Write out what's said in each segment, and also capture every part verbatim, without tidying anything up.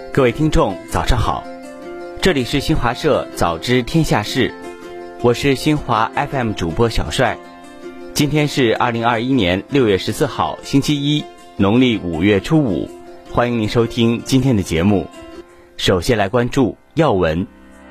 各位听众早上好，这里是新华社早知天下事，我是新华 F M 主播小帅。今天是二零二一年六月十四号星期一，农历五月初五，欢迎您收听今天的节目。首先来关注要闻。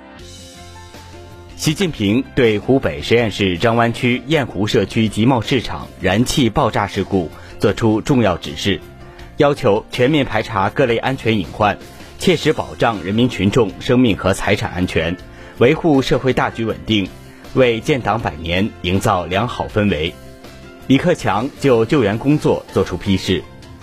习近平对湖北十堰市张湾区雁湖社区集贸市场燃气爆炸事故作出重要指示，要求全面排查各类安全隐患，切实保障人民群众生命和财产安全，维护社会大局稳定，为建党百年营造良好氛围。李克强就救援工作作出批示。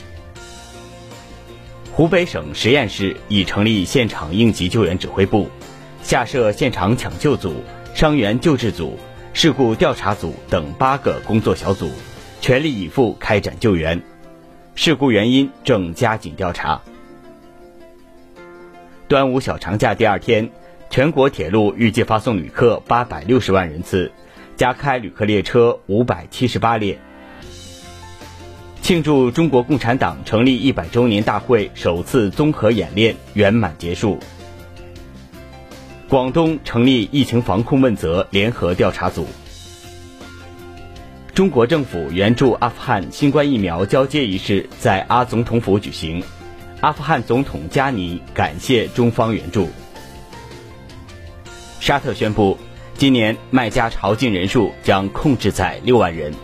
湖北省十堰市已成立现场应急救援指挥部，下设现场抢救组、伤员救治组、事故调查组等八个工作小组，全力以赴开展救援。事故原因正加紧调查。端午小长假第二天，全国铁路预计发送旅客八百六十万人次，加开旅客列车五百七十八列。庆祝中国共产党成立一百周年大会首次综合演练圆满结束。广东成立疫情防控问责联合调查组。中国政府援助阿富汗新冠疫苗交接仪式在阿总统府举行，阿富汗总统加尼感谢中方援助。沙特宣布，今年麦加朝觐人数将控制在六万人。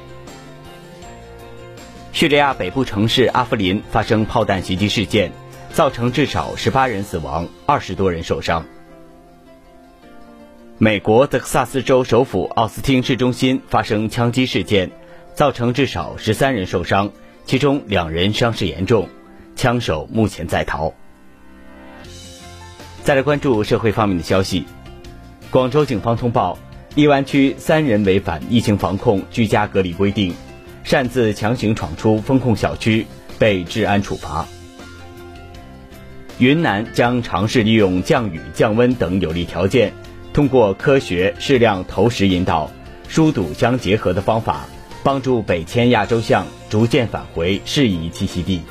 叙利亚北部城市阿夫林发生炮弹袭击事件，造成至少十八人死亡，二十多人受伤。美国德克萨斯州首府奥斯汀市中心发生枪击事件，造成至少十三人受伤，其中两人伤势严重，枪手目前在逃。再来关注社会方面的消息。广州警方通报，荔湾区三人违反疫情防控居家隔离规定，擅自强行闯出封控小区，被治安处罚。云南将尝试利用降雨、降温等有利条件，通过科学适量投食引导、疏堵相结合的方法，帮助北迁亚洲象逐渐返回适宜栖息地。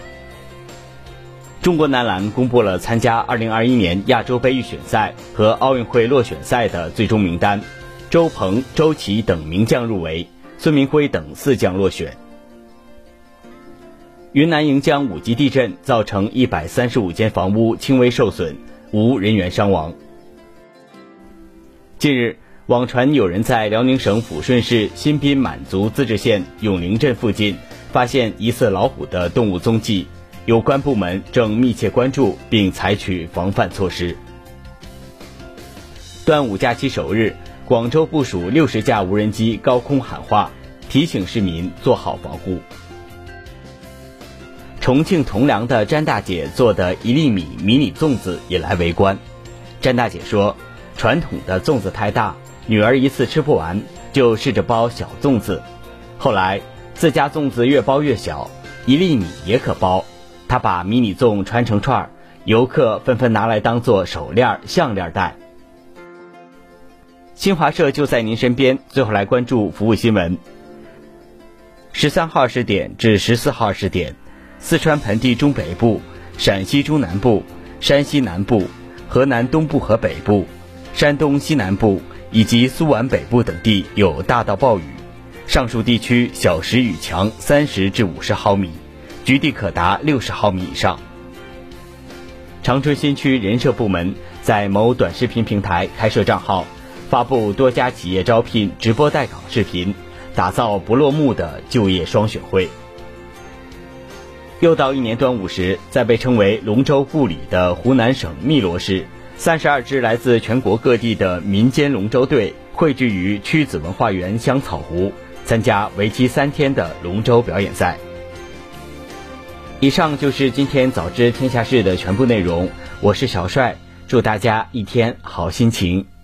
中国男篮公布了参加二零二一年亚洲杯预选赛和奥运会落选赛的最终名单，周鹏、周琦等名将入围，孙铭徽等四将落选。云南盈江五级地震造成一百三十五间房屋轻微受损，无人员伤亡。近日，网传有人在辽宁省抚顺市新宾满族自治县永陵镇附近发现疑似老虎的动物踪迹，有关部门正密切关注并采取防范措施。端午假期首日，广州部署六十架无人机高空喊话，提醒市民做好防护。重庆铜梁的詹大姐做的一粒米迷你粽子引来围观。詹大姐说，传统的粽子太大，女儿一次吃不完，就试着包小粽子。后来自家粽子越包越小，一粒米也可包，她把迷你粽穿成串，游客纷纷拿来当做手链、项链戴。新华社就在您身边，最后来关注服务新闻。十三号二十点至十四号二十点，四川盆地中北部、陕西中南部、山西南部、河南东部和北部、山东西南部以及苏皖北部等地有大到暴雨，上述地区小时雨强三十至五十毫米，局地可达六十毫米以上。长春新区人社部门在某短视频平台开设账号，发布多家企业招聘直播待岗视频，打造不落幕的就业双选会。又到一年端午时，在被称为龙舟故里的湖南省汨罗市，三十二支来自全国各地的民间龙舟队汇聚于曲子文化园香草湖，参加为期三天的龙舟表演赛。以上就是今天早知天下事的全部内容，我是小帅，祝大家一天好心情。